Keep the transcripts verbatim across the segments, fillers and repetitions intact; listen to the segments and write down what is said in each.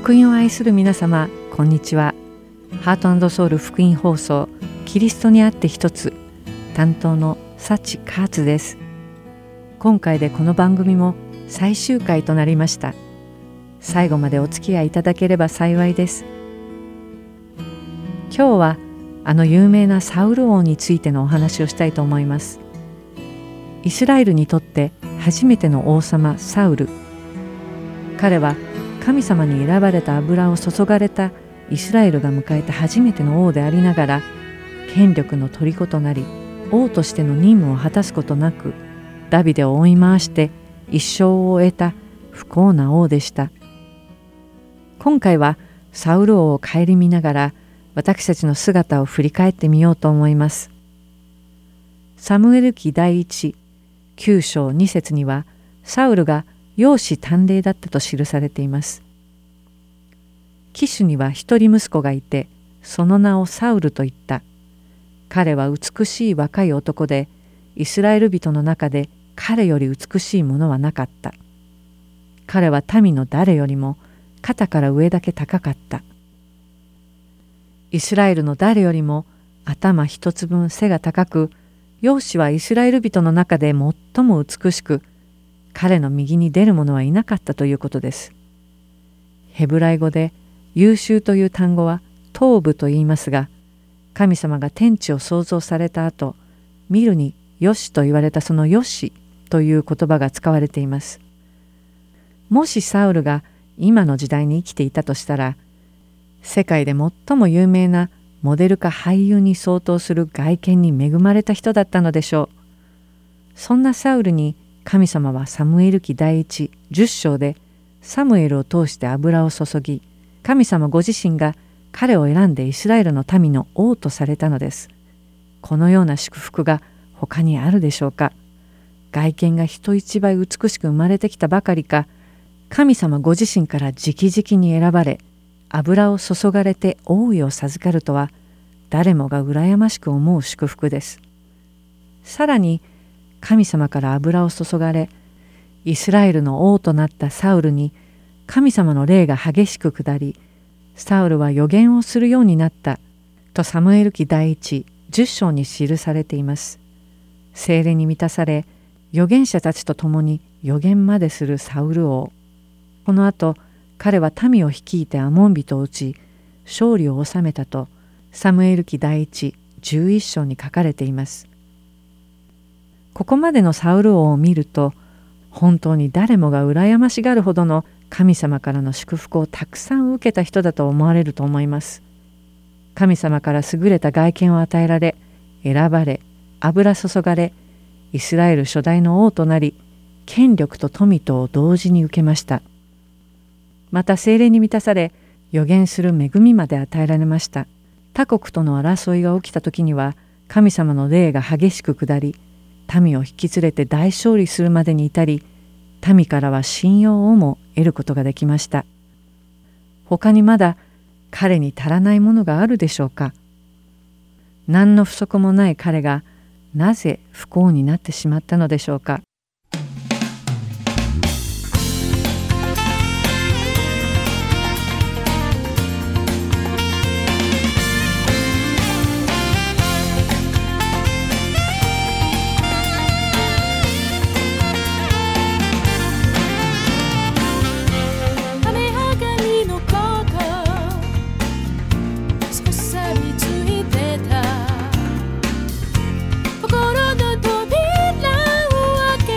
福音を愛する皆様、こんにちは。ハート&ソウル福音放送、キリストにあって一つ、担当のサチカーツです。今回でこの番組も最終回となりました。最後までお付き合いいただければ幸いです。今日はあの有名なサウル王についてのお話をしたいと思います。イスラエルにとって初めての王様サウル。彼は神様に選ばれた油を注がれたイスラエルが迎えた初めての王でありながら、権力の虜となり王としての任務を果たすことなく、ダビデを追い回して一生を終えた不幸な王でした。今回はサウル王を顧みながら、私たちの姿を振り返ってみようと思います。サムエル記第一きゅう章に節には、サウルが容姿端麗だったと記されています。キシュには一人息子がいて、その名をサウルと言った。彼は美しい若い男で、イスラエル人の中で彼より美しいものはなかった。彼は民の誰よりも肩から上だけ高かった。イスラエルの誰よりも頭一つ分背が高く、容姿はイスラエル人の中で最も美しく、彼の右に出る者はいなかったということです。ヘブライ語で優秀という単語は頭部と言いますが、神様が天地を創造された後、見るによしと言われたそのよしという言葉が使われています。もしサウルが今の時代に生きていたとしたら、世界で最も有名なモデルか俳優に相当する外見に恵まれた人だったのでしょう。そんなサウルに神様はサムエル記第一じゅっ章でサムエルを通して油を注ぎ、神様ご自身が彼を選んでイスラエルの民の王とされたのです。このような祝福が他にあるでしょうか。外見が人一倍美しく生まれてきたばかりか、神様ご自身から直々に選ばれ、油を注がれて王位を授かるとは、誰もが羨ましく思う祝福です。さらに神様から油を注がれ、イスラエルの王となったサウルに神様の霊が激しく下り、サウルは預言をするようになったとサムエル記第一じゅっ章に記されています。聖霊に満たされ、預言者たちと共に預言までするサウル王。この後、彼は民を率いてアモン人を討ち、勝利を収めたとサムエル記第一じゅういっ章に書かれています。ここまでのサウル王を見ると、本当に誰もが羨ましがるほどの神様からの祝福をたくさん受けた人だと思われると思います。神様から優れた外見を与えられ、選ばれ、油注がれ、イスラエル初代の王となり、権力と富とを同時に受けました。また聖霊に満たされ、預言する恵みまで与えられました。他国との争いが起きた時には、神様の霊が激しく下り、民を引き連れて大勝利するまでに至り、民からは信用をも得ることができました。他にまだ彼に足らないものがあるでしょうか。何の不足もない彼がなぜ不幸になってしまったのでしょうか。 心の扉を開け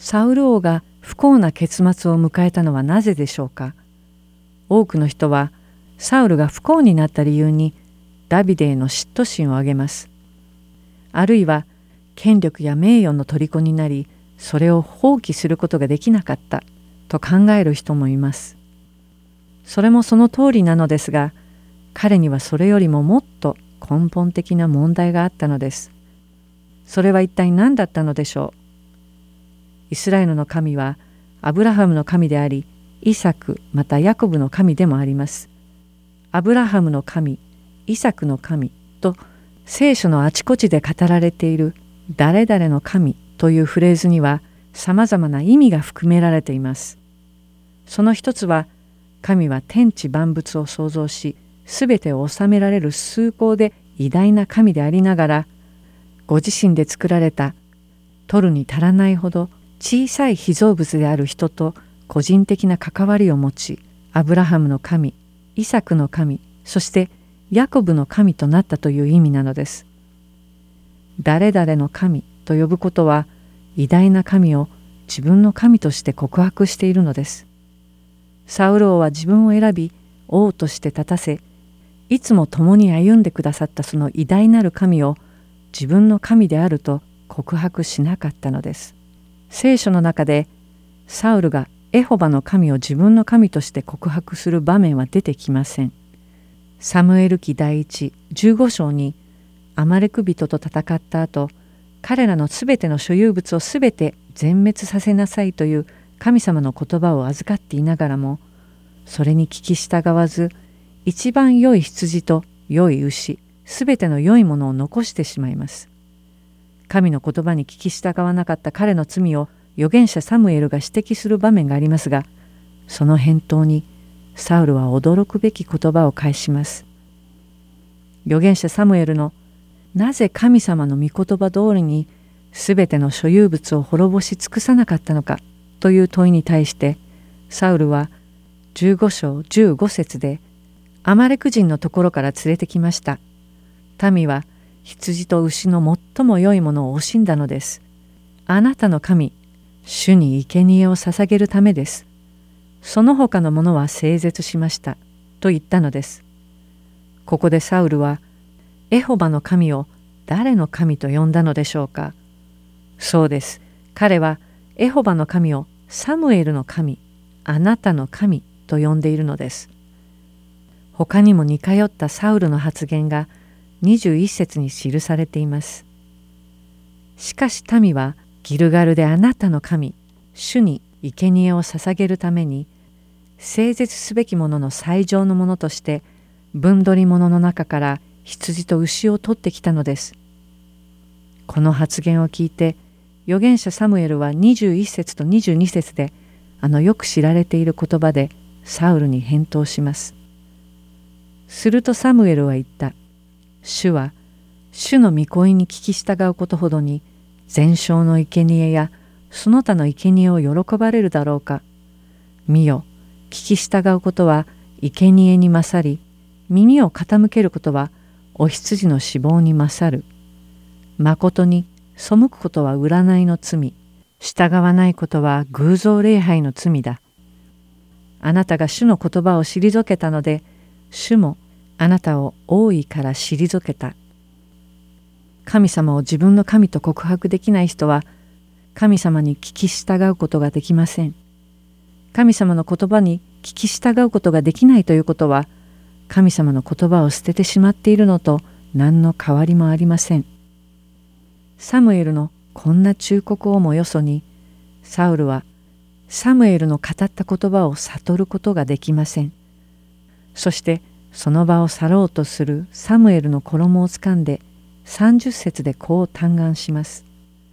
サウル王が不幸な結末を迎えたのはなぜでしょうか。多くの人はサウルが不幸になった理由にダビデへの嫉妬心を挙げます。あるいは権力や名誉の虜になり、それを放棄することができなかったと考える人もいます。それもその通りなのですが、彼にはそれよりももっと根本的な問題があったのです。それは一体何だったのでしょう。イスラエルの神はアブラハムの神であり、イサクまたヤコブの神でもあります。アブラハムの神、イサクの神と聖書のあちこちで語られている誰々の神というフレーズにはさまざまな意味が含められています。その一つは、神は天地万物を創造し、すべてを治められる崇高で偉大な神でありながら、ご自身で作られた取るに足らないほど小さい被造物である人と個人的な関わりを持ち、アブラハムの神、イサクの神、そしてヤコブの神となったという意味なのです。誰々の神と呼ぶことは、偉大な神を自分の神として告白しているのです。サウル王は自分を選び王として立たせ、いつも共に歩んでくださったその偉大なる神を自分の神であると告白しなかったのです。聖書の中でサウルがエホバの神を自分の神として告白する場面は出てきません。サムエル記第一じゅうご章にアマレク人と戦った後、彼らのすべての所有物をすべて全滅させなさいという神様の言葉を預かっていながらも、それに聞き従わず、一番良い羊と良い牛、すべての良いものを残してしまいます。神の言葉に聞き従わなかった彼の罪を預言者サムエルが指摘する場面がありますが、その返答にサウルは驚くべき言葉を返します。預言者サムエルのなぜ神様の御言葉通りにすべての所有物を滅ぼし尽くさなかったのかという問いに対して、サウルはじゅうご章じゅうご節で、アマレク人のところから連れてきました。民は羊と牛の最も良いものを惜しんだのです。あなたの神、主に生贄を捧げるためです。その他のものは整絶しました。と言ったのです。ここでサウルは、エホバの神を誰の神と呼んだのでしょうか。そうです。彼はエホバの神をサムエルの神、あなたの神と呼んでいるのです。他にも似通ったサウルの発言がにじゅういち節に記されています。しかし民はギルガルであなたの神、主に生贄を捧げるために、整絶すべきものの最上のものとして、分取り物の中から羊と牛を取ってきたのです。この発言を聞いて、預言者サムエルはにじゅういち節とにじゅうに節で、あのよく知られている言葉でサウルに返答します。するとサムエルは言った。主は、主の御声に聞き従うことほどに、全焼の生贄やその他の生贄を喜ばれるだろうか。見よ、聞き従うことは生贄に勝り、耳を傾けることはお羊の死亡に勝る。まことに背くことは占いの罪、従わないことは偶像礼拝の罪だ。あなたが主の言葉を退けたので、主もあなたを王位から退けた。神様を自分の神と告白できない人は、神様に聞き従うことができません。神様の言葉に聞き従うことができないということは、神様の言葉を捨ててしまっているのと何の変わりもありません。サムエルのこんな忠告をもよそに、サウルはサムエルの語った言葉を悟ることができません。そしてその場を去ろうとするサムエルの衣をつかんでさんじゅう節でこう嘆願します。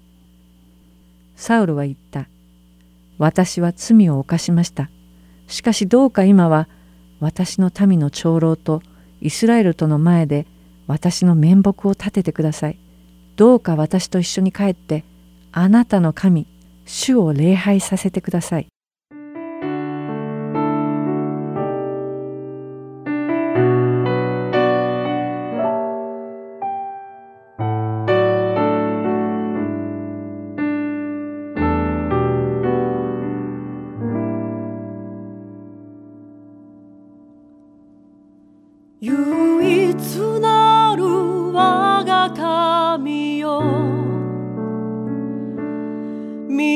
サウルは言った。私は罪を犯しました。しかしどうか今は私の民の長老とイスラエルとの前で私の面目を立ててください。どうか私と一緒に帰ってあなたの神、主を礼拝させてください。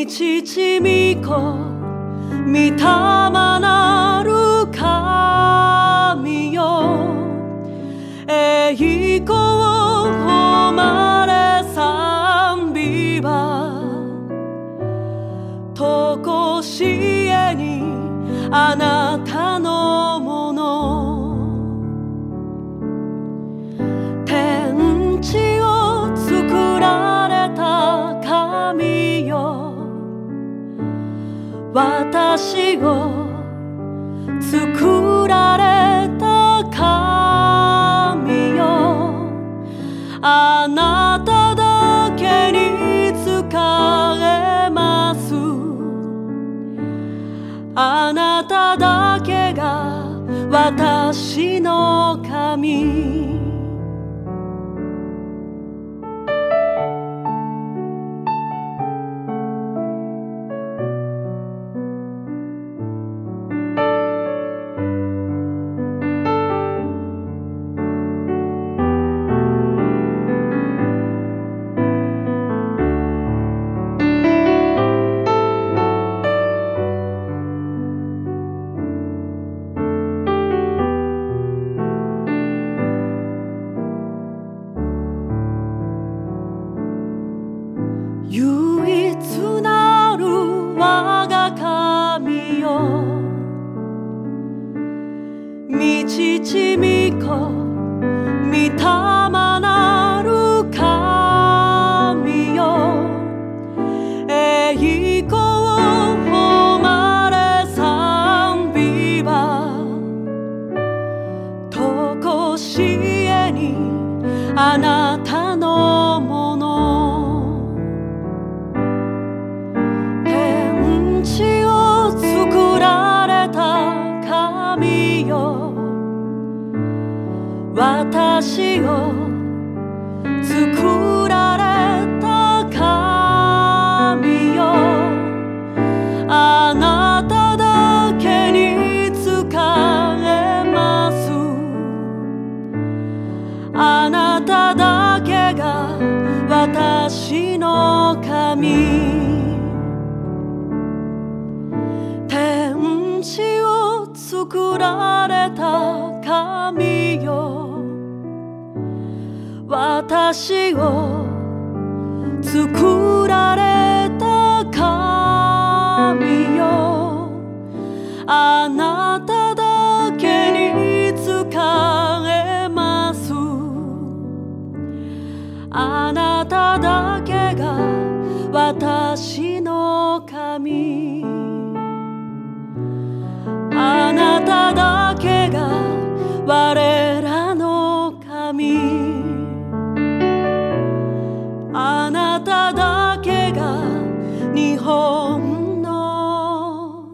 み父み子御霊なる神よ、栄光誉れ賛美はとこしえにあなたのもの。天地を作られた神よ、私を作られた神よ、あなただけに仕えます。あなただけが私の神。唯一なる我が神よ、御父御子御霊なる神よ、栄光誉れ賛美はとこしえにあなたのもの。作られた神よ、私を作られた神よ、あなただけに仕えます。あなただけが私の神。天地を作られた神よ、私を作られた神よ、あなただけに仕えます。あなただけが私の神。あなただけが我らの神。あなただけが日本の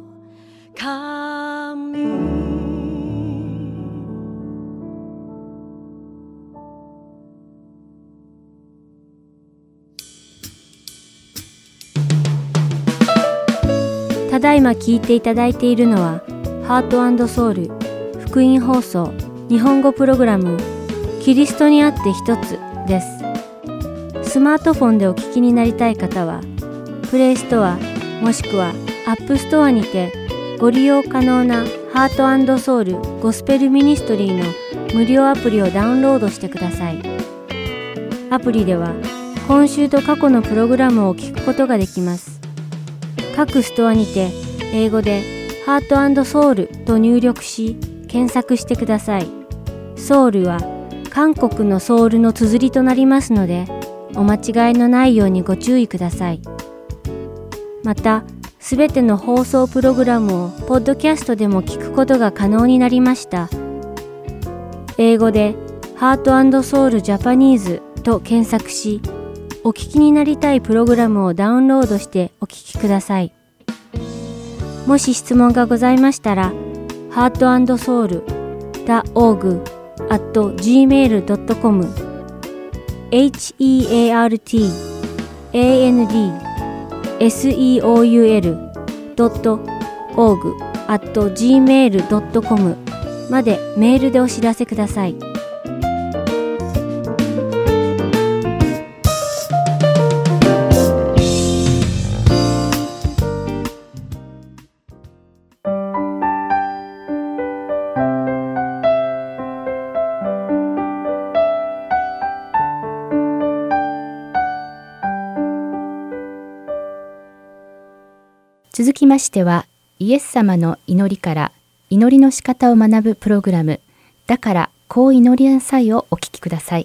神。 ただいま聞いていただいているのはハート&ソウル福音放送日本語プログラムキリストにあって一つです。スマートフォンでお聞きになりたい方はプレイストアもしくはアップストアにてご利用可能なハート&ソウルゴスペルミニストリーの無料アプリをダウンロードしてください。アプリでは今週と過去のプログラムを聞くことができます。各ストアにて英語でハート&ソウルと入力し検索してください。ソウルは韓国のソウルの綴りとなりますのでお間違いのないようにご注意ください。また、すべての放送プログラムをポッドキャストでも聞くことが可能になりました。英語でハート&ソウルジャパニーズと検索し、お聞きになりたいプログラムをダウンロードしてお聞きください。もし質問がございましたら、ハート&ソウル ダットオーグ アット ジーメール ドットコム エイチ イー エー アール ティー エー エヌ ディー エス イー オー ユー エル ドット オーグ アット ジーメール ドットコム までメールでお知らせください。 続きましては、イエス様の祈りから祈りの仕方を学ぶプログラム、だからこう祈りなさいをお聞きください。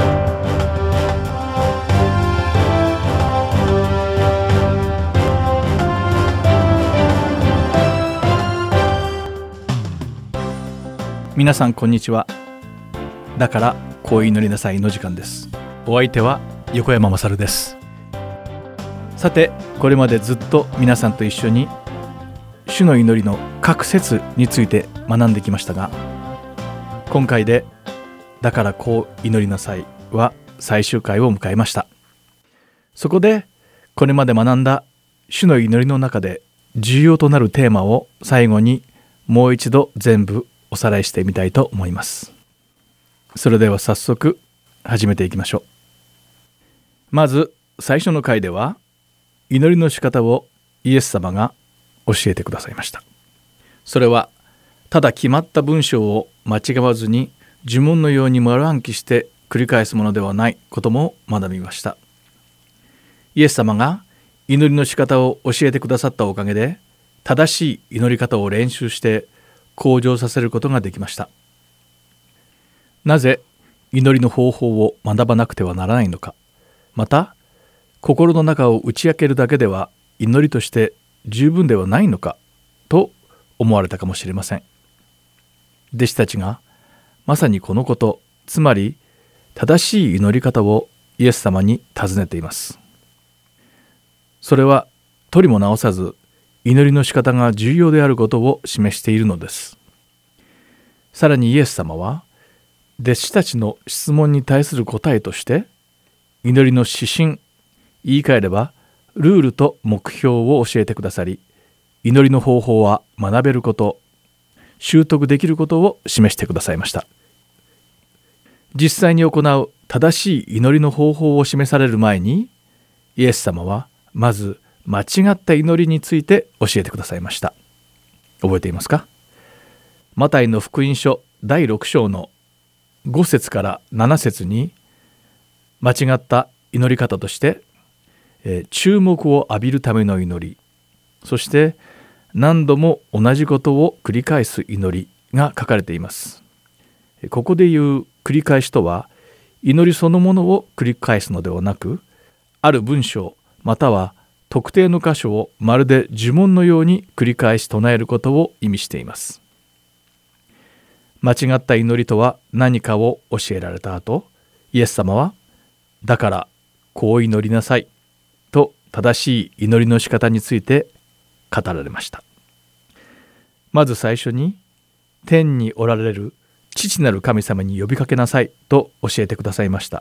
皆さんこんにちは。だからこう祈りなさいの時間です。お相手は横山まさるです。さて、これまでずっと皆さんと一緒に主の祈りの各節について学んできましたが、今回でだからこう祈りなさいは最終回を迎えました。そこでこれまで学んだ主の祈りの中で重要となるテーマを最後にもう一度全部おさらいしてみたいと思います。それでは早速始めていきましょう。まず最初の回では祈りの仕方をイエス様が教えてくださいました。それはただ決まった文章を間違わずに呪文のように丸暗記して繰り返すものではないことも学びました。イエス様が祈りの仕方を教えてくださったおかげで、正しい祈り方を練習して向上させることができました。なぜ祈りの方法を学ばなくてはならないのか、また心の中を打ち明けるだけでは祈りとして十分ではないのかと思われたかもしれません。弟子たちがまさにこのこと、つまり正しい祈り方をイエス様に尋ねています。それは取りも直さず祈りの仕方が重要であることを示しているのです。さらにイエス様は弟子たちの質問に対する答えとして、祈りの指針、言い換えればルールと目標を教えてくださり、祈りの方法は学べること、習得できることを示してくださいました。実際に行う正しい祈りの方法を示される前に、イエス様はまず間違った祈りについて教えてくださいました。覚えていますか？マタイの福音書だいろく章のご節からなな節に、間違った祈り方として、えー、注目を浴びるための祈り、そして何度も同じことを繰り返す祈りが書かれています。ここで言う繰り返しとは、祈りそのものを繰り返すのではなく、ある文章または特定の箇所をまるで呪文のように繰り返し唱えることを意味しています。間違った祈りとは何かを教えられた後、イエス様はだからこう祈りなさいと正しい祈りの仕方について語られました。まず最初に、天におられる父なる神様に呼びかけなさいと教えてくださいました。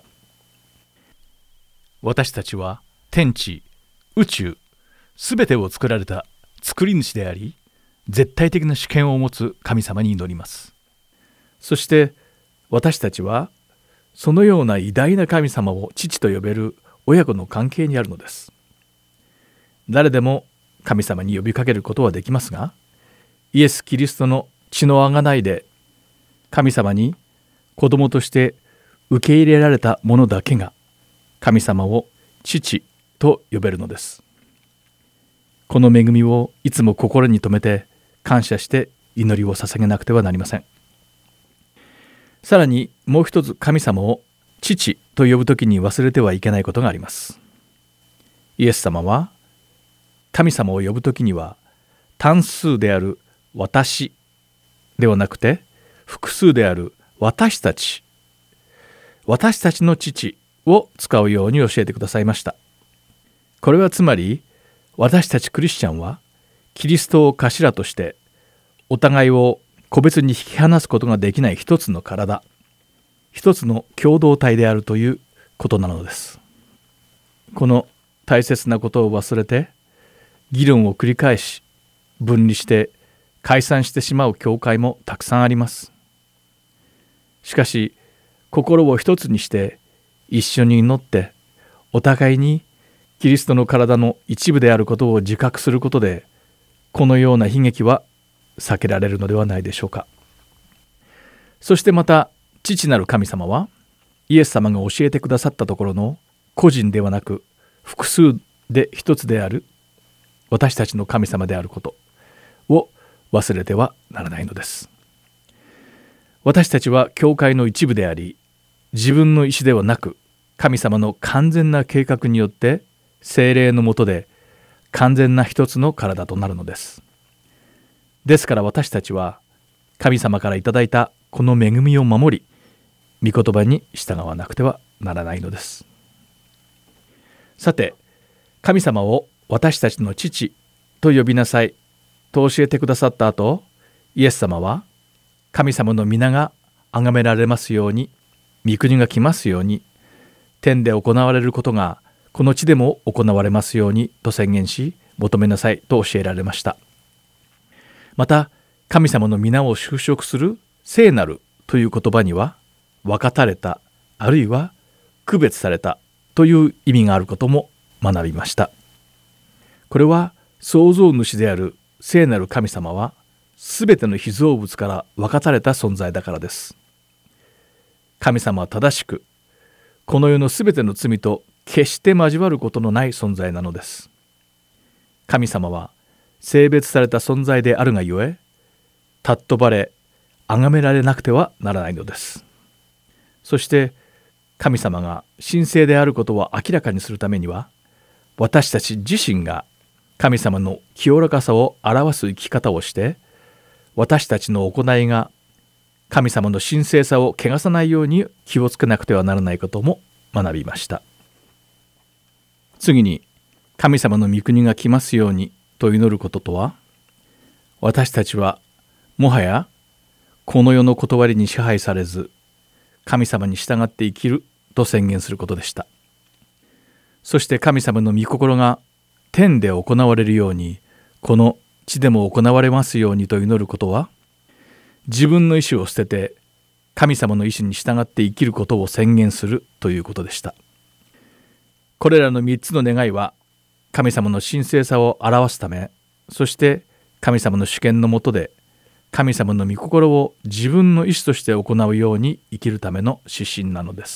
私たちは天地、宇宙、すべてを作られた作り主であり、絶対的な主権を持つ神様に祈ります。そして私たちはそのような偉大な神様を父と呼べる親子の関係にあるのです。誰でも神様に呼びかけることはできますが、イエス・キリストの血の贖いで神様に子供として受け入れられた者だけが神様を父と呼べるのです。この恵みをいつも心に留めて感謝して祈りを捧げなくてはなりません。さらにもう一つ、神様を父と呼ぶときに忘れてはいけないことがあります。イエス様は神様を呼ぶときには単数である私ではなくて、複数である私たち、私たちの父を使うように教えてくださいました。これはつまり、私たちクリスチャンはキリストを頭としてお互いを個別に引き離すことができない一つの体、一つの共同体であるということなのです。この大切なことを忘れて議論を繰り返し分離して解散してしまう教会もたくさんあります。しかし心を一つにして一緒に祈ってお互いにキリストの体の一部であることを自覚することで、このような悲劇は避けられるのではないでしょうか。そしてまた父なる神様はイエス様が教えてくださったところの個人ではなく複数で一つである私たちの神様であることを忘れてはならないのです。私たちは教会の一部であり、自分の意思ではなく神様の完全な計画によって聖霊の下で完全な一つの体となるのです。ですから私たちは神様からいただいたこの恵みを守り、御言葉に従わなくてはならないのです。さて、神様を私たちの父と呼びなさいと教えてくださった後、イエス様は神様の皆が崇められますように、御国が来ますように、天で行われることがこの地でも行われますようにと宣言し、求めなさいと教えられました。また、神様の皆を修飾する聖なるという言葉には、分かたれた、あるいは区別されたという意味があることも学びました。これは創造主である聖なる神様は、すべての被造物から分かたれた存在だからです。神様は正しく、この世のすべての罪と決して交わることのない存在なのです。神様は性別された存在であるがゆえ、尊ばれ、崇められなくてはならないのです。そして神様が神聖であることを明らかにするためには、私たち自身が神様の清らかさを表す生き方をして、私たちの行いが神様の神聖さを汚さないように気をつけなくてはならないことも学びました。次に、神様の御国が来ますようにと祈ることとは、私たちはもはやこの世の断りに支配されず、神様に従って生きると宣言することでした。そして神様の御心が天で行われるように、この地でも行われますようにと祈ることは、自分の意志を捨てて神様の意志に従って生きることを宣言するということでした。これらのみっつの願いは、神様の神聖さを表すため、そして神様の主権の下で神様の御心を自分の意志として行うように生きるための指針なのです。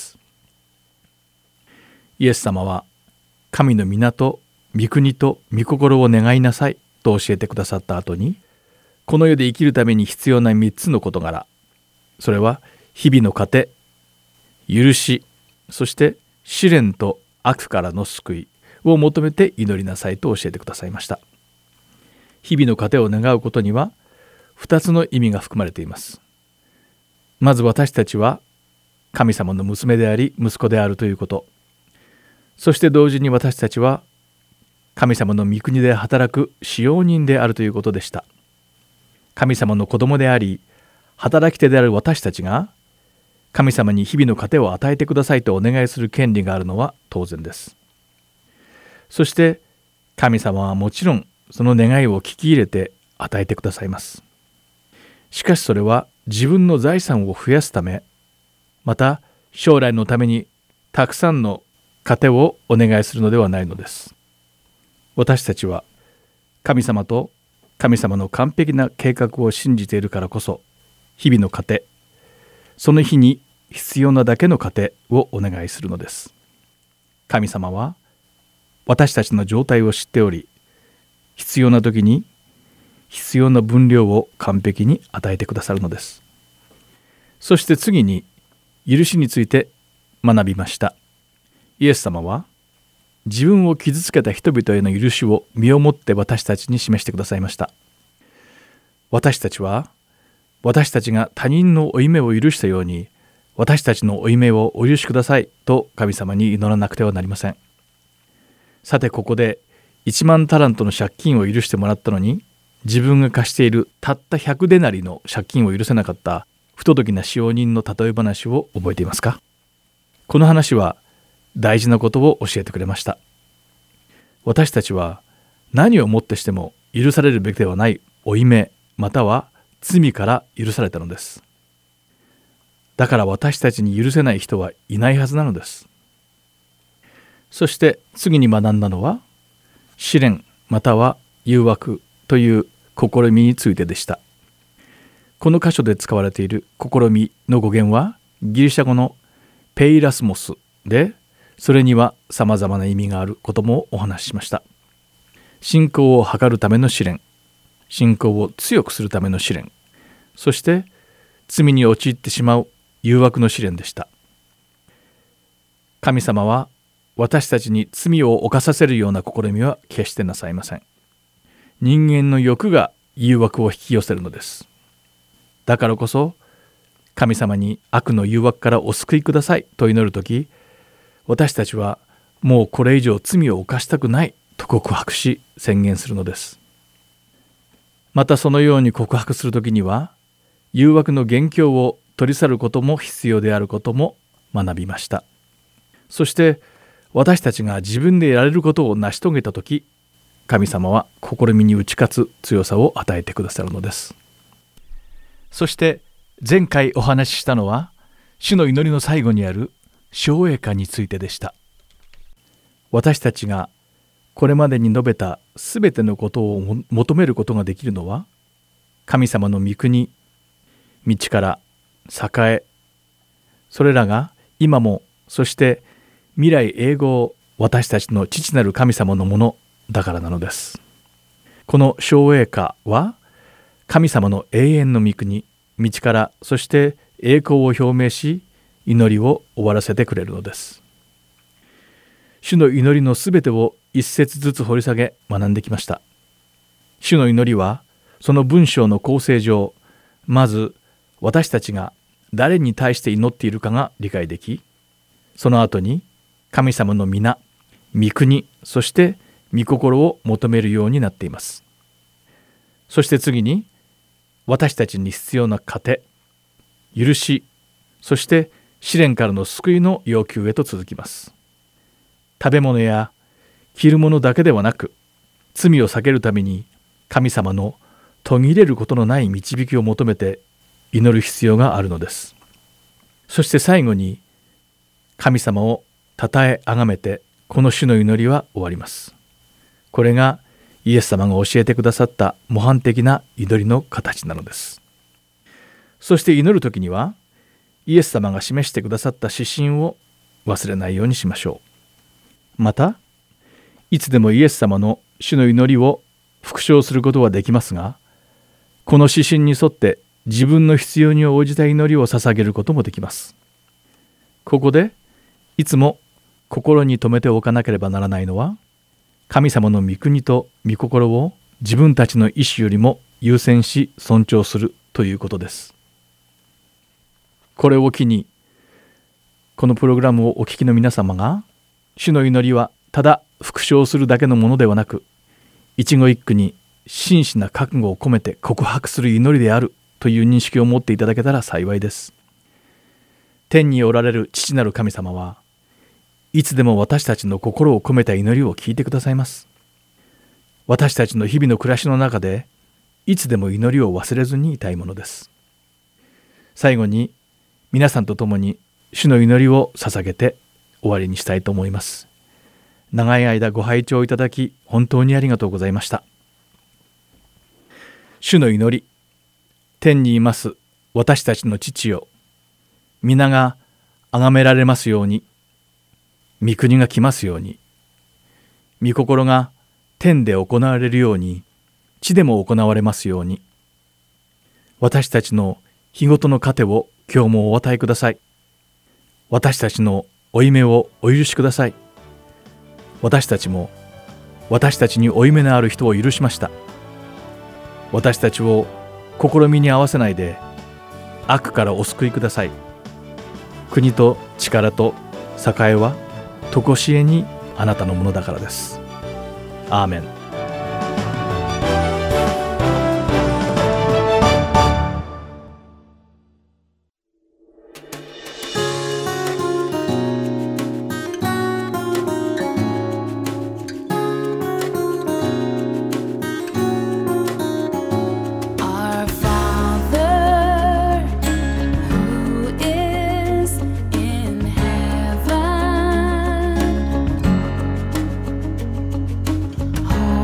イエス様は神の皆と御国と御心を願いなさいと教えてくださった後に、この世で生きるために必要なみっつの事柄、それは日々の糧、許し、そして試練と悪からの救いを求めて祈りなさいと教えてくださいました。日々の糧を願うことにはふたつの意味が含まれています。まず私たちは神様の娘であり息子であるということ、そして同時に私たちは神様の御国で働く使用人であるということでした。神様の子供であり働き手である私たちが神様に日々の糧を与えてくださいとお願いする権利があるのは当然です。そして神様はもちろんその願いを聞き入れて与えてくださいます。しかしそれは自分の財産を増やすため、また将来のためにたくさんの糧をお願いするのではないのです。私たちは神様と神様の完璧な計画を信じているからこそ、日々の糧、その日に必要なだけの糧をお願いするのです。神様は私たちの状態を知っており、必要な時に必要な分量を完璧に与えてくださるのです。そして次に許しについて学びました。イエス様は自分を傷つけた人々への許しを身をもって私たちに示してくださいました。私たちは私たちが他人の負い目を許したように、私たちの負い目をお許しくださいと神様に祈らなくてはなりません。さてここでいちまんタラントの借金を許してもらったのに、自分が貸しているたったひゃくデナリの借金を許せなかった不届きな使用人の例え話を覚えていますか？この話は大事なことを教えてくれました。私たちは何をもってしても許されるべきではない負い目または罪から許されたのです。だから私たちに許せない人はいないはずなのです。そして次に学んだのは試練または誘惑という試みについてでした。この箇所で使われている試みの語源はギリシャ語のペイラスモスで、それには様々な意味があることもお話ししました。 信仰を図るための試練、信仰を強くするための試練、そして罪に陥ってしまう誘惑の試練でした。神様は私たちに罪を犯させるような試みは決してなさいません。人間の欲が誘惑を引き寄せるのです。だからこそ神様に悪の誘惑からお救いくださいと祈るとき、私たちはもうこれ以上罪を犯したくないと告白し宣言するのです。またそのように告白するときには、誘惑の元凶を取り去ることも必要であることも学びました。そして私たちが自分でやれることを成し遂げたとき、神様は試みに打ち勝つ強さを与えてくださるのです。そして前回お話ししたのは、主の祈りの最後にある唱詠歌についてでした。私たちがこれまでに述べたすべてのことを求めることができるのは、神様の御国、道から栄、それらが今も、そして未来永劫私たちの父なる神様のものだからなのです。この唱詠歌は神様の永遠の御国、道から、そして栄光を表明し、祈りを終わらせてくれるのです。主の祈りのすべてを一節ずつ掘り下げ学んできました。主の祈りはその文章の構成上、まず私たちが誰に対して祈っているかが理解でき、その後に神様の皆、御国、そして御心を求めるようになっています。そして次に私たちに必要な糧、許し、そして試練からの救いの要求へと続きます。食べ物や着るものだけではなく、罪を避けるために神様の途切れることのない導きを求めて祈る必要があるのです。そして最後に神様を称え崇めて、この主の祈りは終わります。これがイエス様が教えてくださった模範的な祈りの形なのです。そして祈るときには、イエス様が示してくださった指針を忘れないようにしましょう。また、いつでもイエス様の主の祈りを復唱することはできますが、この指針に沿って自分の必要に応じた祈りを捧げることもできます。ここでいつも心に留めておかなければならないのは、神様の御国と御心を自分たちの意志よりも優先し尊重するということです。これを機に、このプログラムをお聞きの皆様が、主の祈りはただ復唱するだけのものではなく、一語一句に真摯な覚悟を込めて告白する祈りであるという認識を持っていただけたら幸いです。天におられる父なる神様はいつでも私たちの心を込めた祈りを聞いてくださいます。私たちの日々の暮らしの中でいつでも祈りを忘れずにいたいものです。最後に皆さんと共に主の祈りを捧げて終わりにしたいと思います。長い間ご拝聴いただき本当にありがとうございました。主の祈り、天にいます私たちの父よ、皆が崇められますように、御国が来ますように、御心が天で行われるように地でも行われますように、私たちの日ごとの糧を今日もお与えください。私たちの負い目をお許しください。私たちも私たちに負い目のある人を許しました。私たちを試みに合わせないで悪からお救いください。国と力と栄はとこしえにあなたのものだからです。アーメン。 Holy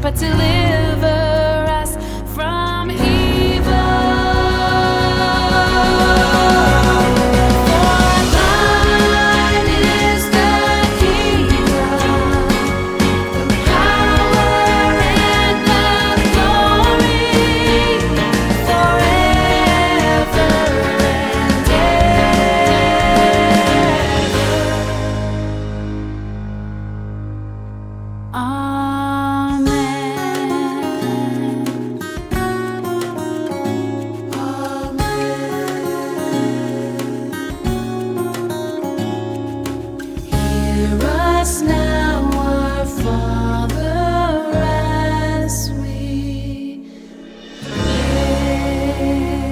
but deliver us from evil. For thine is the kingdom, the power and the glory, forever and ever. Amen. Hear us now, our Father, as we pray.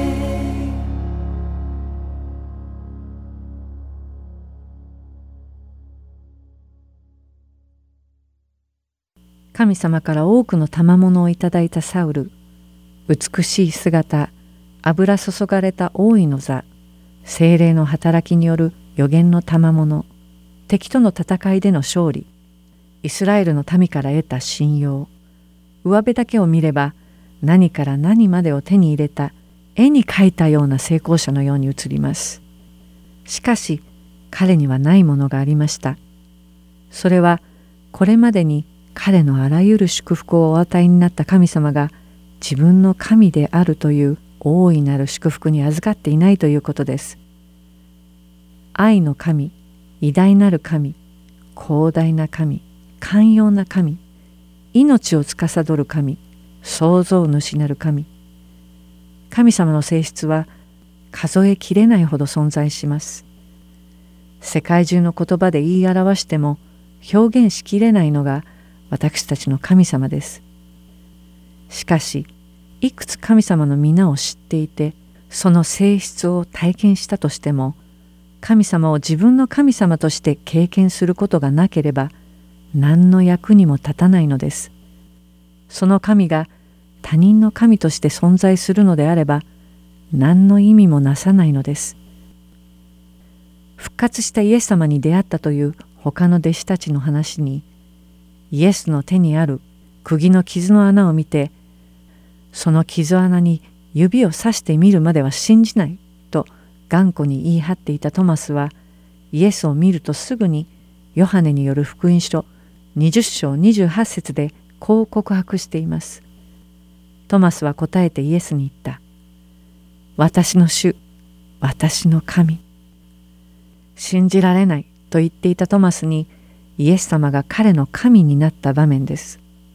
神様から多くの賜物をいただいたサウル、美しい姿、油注がれた王位の座、聖霊の働きによる預言の賜物、敵との戦いでの勝利、イスラエルの民から得た信用、上辺だけを見れば何から何までを手に入れた絵に描いたような成功者のように映ります。しかし彼にはないものがありました。それはこれまでに彼のあらゆる祝福をお与えになった神様が自分の神であるという大いなる祝福に預かっていないということです。愛の神、偉大なる神、広大な神、寛容な神、命を司る神、創造主なる神。神様の性質は数えきれないほど存在します。世界中の言葉で言い表しても表現しきれないのが私たちの神様です。しかし、いくつ神様の皆を知っていて、その性質を体験したとしても、神様を自分の神様として経験することがなければ、何の役にも立たないのです。その神が他人の神として存在するのであれば、何の意味もなさないのです。復活したイエス様に出会ったという他の弟子たちの話に、イエスの手にある釘の傷の穴を見て、その傷穴に指を刺してみるまでは信じないと頑固に言い張っていたトマスは、イエスを見るとすぐにヨハネによる福音書にじゅっ章にじゅうはち節でこう告白しています。トマスは答えてイエスに言った。私の主、私の神。信じられないと言っていたトマスに、イエス様が彼の神になった場面です。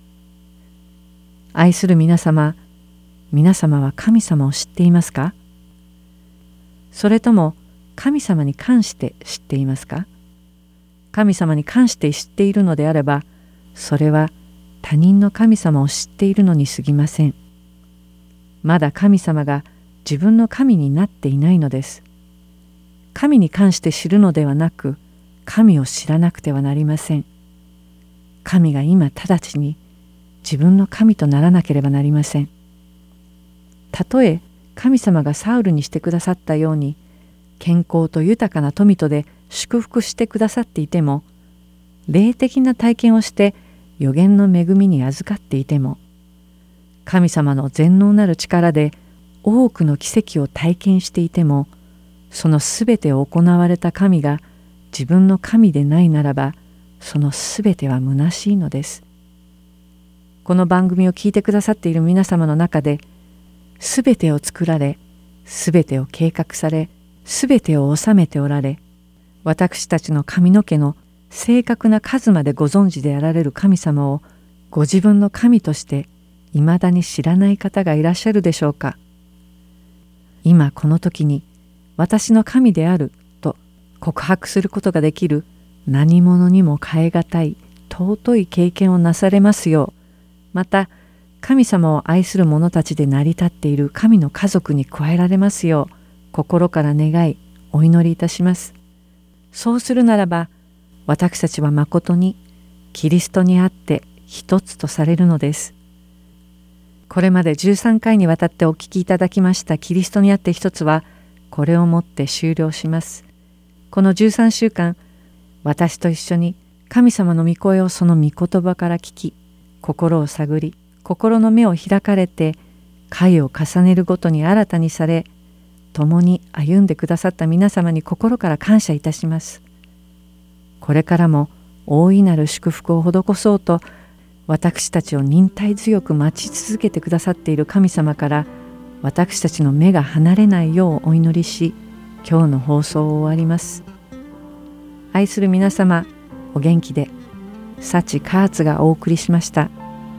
愛する皆様、皆様は神様を知っていますか？それとも神様に関して知っていますか？神様に関して知っているのであれば、それは他人の神様を知っているのに過ぎません。まだ神様が自分の神になっていないのです。神に関して知るのではなく、神を知らなくてはなりません。神が今直ちに自分の神とならなければなりません。たとえ神様がサウルにしてくださったように、健康と豊かな富とで祝福してくださっていても、霊的な体験をして預言の恵みに預かっていても、神様の全能なる力で多くの奇跡を体験していても、そのすべてを行われた神が自分の神でないならば、そのすべては虚しいのです。この番組を聞いてくださっている皆様の中で、すべてを作られ、すべてを計画され、すべてを治めておられ、私たちの髪の毛の正確な数までご存知であられる神様をご自分の神としていまだに知らない方がいらっしゃるでしょうか。今この時に私の神であると告白することができる何者にも代え難い尊い経験をなされますよう、また神様を愛する者たちで成り立っている神の家族に加えられますよう心から願いお祈りいたします。そうするならば私たちはまことにキリストにあって一つとされるのです。これまでじゅうさんかいにわたってお聞きいただきましたキリストにあって一つはこれをもって終了します。このじゅうさんしゅうかん、私と一緒に神様の御声をその御言葉から聞き、 心を探り、心の目を開かれて、回を重ねるごとに新たにされ、共に歩んでくださった皆様に心から感謝いたします。これからも大いなる祝福を施そうと、私たちを忍耐強く待ち続けてくださっている神様から、私たちの目が離れないようお祈りし、今日の放送を終わります。愛する皆様、お元気で。サチ・カーツがお送りしました。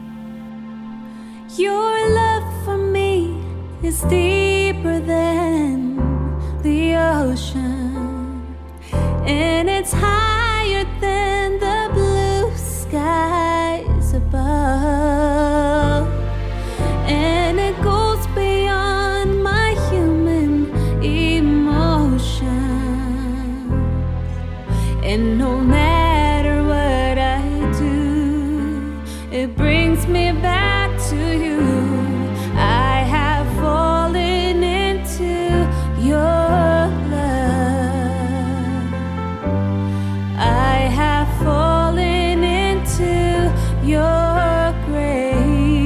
Your love for me is deeper than the ocean, and it's higher than the blue skies above, and it goes beyond my human emotions, and no matter what I do, it brings me back to you. I have fallen into your love. I have fallen into your grace.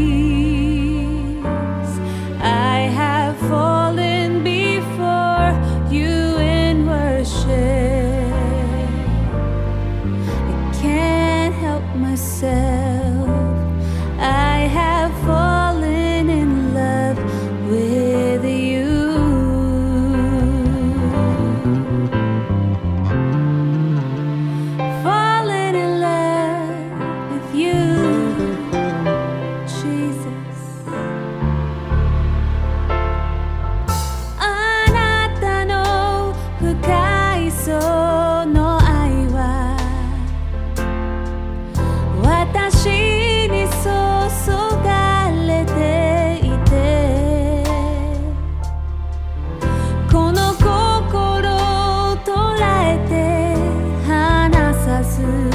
I have fallen before you in worship. I can't help myself. I have fallen in love with you. Fallen in love with you, Jesus. あなたの深いその愛は私に注がれていて、この心を捉えて離さず